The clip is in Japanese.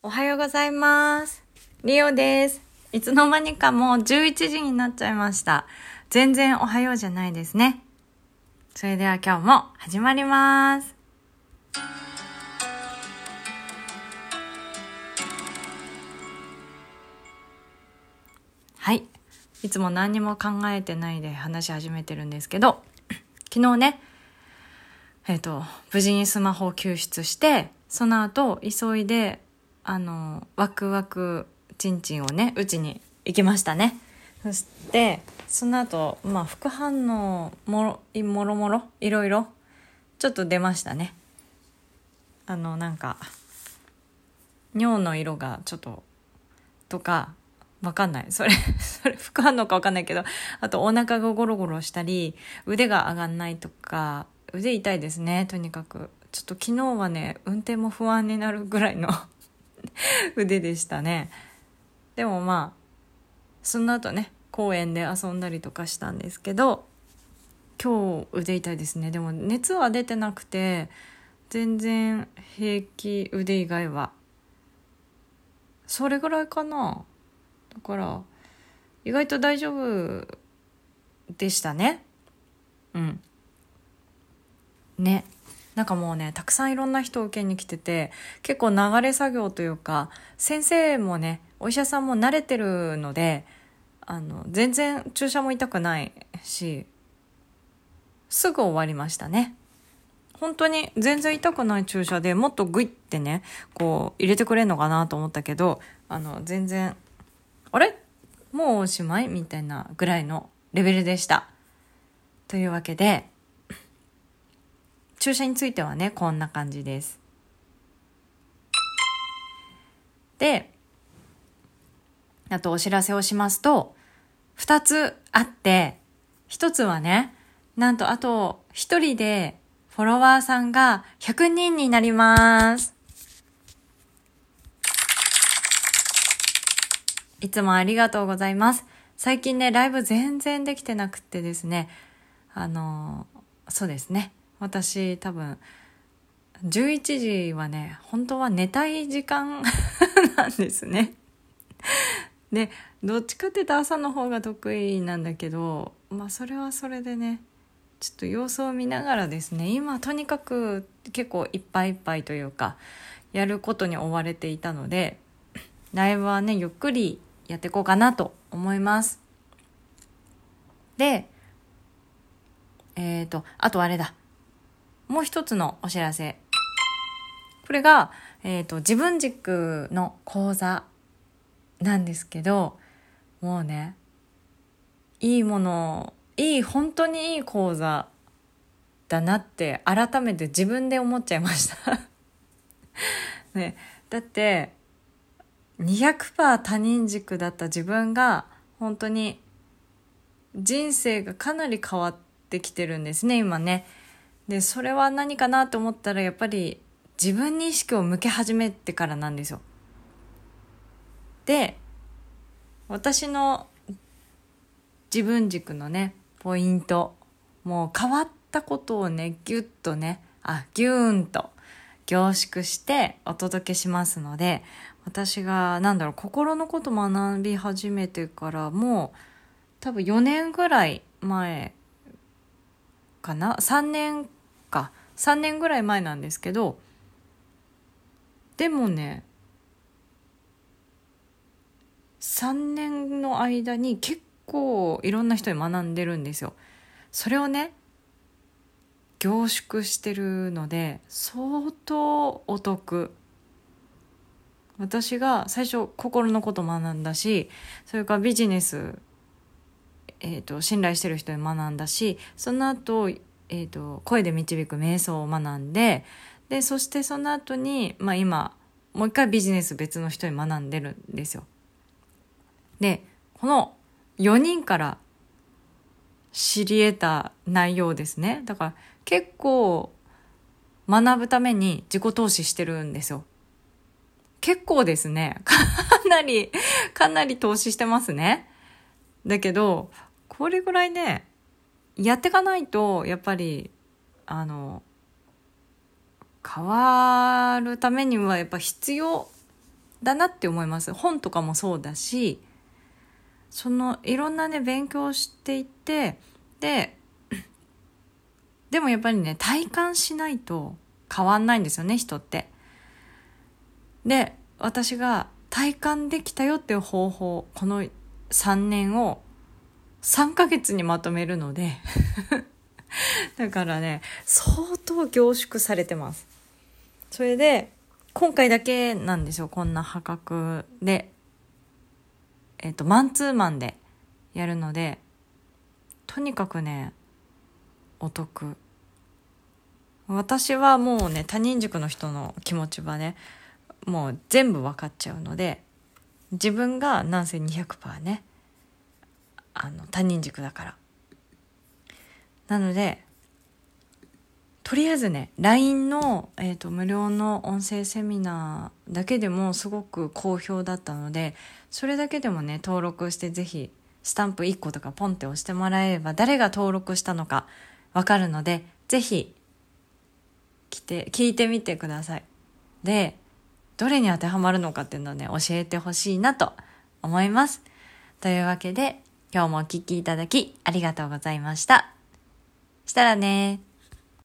おはようございます。リオです。いつの間にかもう11時になっちゃいました。全然おはようじゃないですね。それでは今日も始まります。はい。いつも何にも考えてないで話し始めてるんですけど、昨日ね、無事にスマホを救出して、その後急いでワクワクチンチンをね打ちに行きましたね。そしてその後副反応もろもろいろいろちょっと出ましたね。なんか尿の色がちょっととかわかんない、それ副反応かわかんないけど、あとお腹がゴロゴロしたり腕が上がんないとか、腕痛いですね。とにかくちょっと昨日はね運転も不安になるぐらいの腕でしたね。でもその後ね公園で遊んだりとかしたんですけど、今日腕痛いですね。でも熱は出てなくて全然平気、腕以外はそれぐらいかな。だから意外と大丈夫でしたね。ね、なんかもうねたくさんいろんな人を受けに来てて、結構流れ作業というか、先生もねお医者さんも慣れてるので全然注射も痛くないし、すぐ終わりましたね。本当に全然痛くない注射で、もっとグイってねこう入れてくれるのかなと思ったけど、全然あれもうおしまいみたいなぐらいのレベルでした。というわけで注射についてはねこんな感じです。で、あとお知らせをしますと、2つあって、1つはね、なんとあと1人でフォロワーさんが100人になります。いつもありがとうございます。最近ねライブ全然できてなくてですね、そうですね、私多分11時はね本当は寝たい時間なんですね。でどっちかっていうと朝の方が得意なんだけど、それはそれでねちょっと様子を見ながらですね、今とにかく結構いっぱいいっぱいというかやることに追われていたので、ライブはねゆっくりやっていこうかなと思います。であとあれだ、もう一つのお知らせ。これが、自分軸の講座なんですけど、もうね本当にいい講座だなって改めて自分で思っちゃいましたね。だって200% 他人軸だった自分が本当に人生がかなり変わってきてるんですね今ね。でそれは何かなと思ったら、やっぱり自分に意識を向け始めてからなんですよ。で私の自分軸のねポイント、もう変わったことをねギューンと凝縮してお届けしますので、私が心のこと学び始めてからもう多分4年ぐらい前かな、3年ぐらい前なんですけど、でもね3年の間に結構いろんな人に学んでるんですよ。それをね凝縮してるので相当お得。私が最初心のこと学んだし、それからビジネス、信頼してる人に学んだし、その後、声で導く瞑想を学んで、でそしてその後に、今もう一回ビジネス別の人に学んでるんですよ。でこの4人から知り得た内容ですね。だから結構学ぶために自己投資してるんですよ。結構ですね。かなり投資してますね。だけどこれぐらいねやっていかないと、やっぱり変わるためにはやっぱ必要だなって思います。本とかもそうだし、いろんなね勉強をしていって、でもやっぱりね体感しないと変わんないんですよね、人って。で、私が体感できたよっていう方法、この3年を3ヶ月にまとめるのでだからね相当凝縮されてます。それで今回だけなんですよ、こんな破格でマンツーマンでやるので、とにかくねお得。私はもうね他人軸の人の気持ちはねもう全部分かっちゃうので、自分がなんせ 200% ね他人軸だから。なのでとりあえずね LINE の、無料の音声セミナーだけでもすごく好評だったので、それだけでもね登録してぜひスタンプ1個とかポンって押してもらえれば誰が登録したのかわかるので、ぜひ聞いてみてください。で、どれに当てはまるのかっていうのをね教えてほしいなと思います。というわけで今日もお聞きいただきありがとうございました。したらね。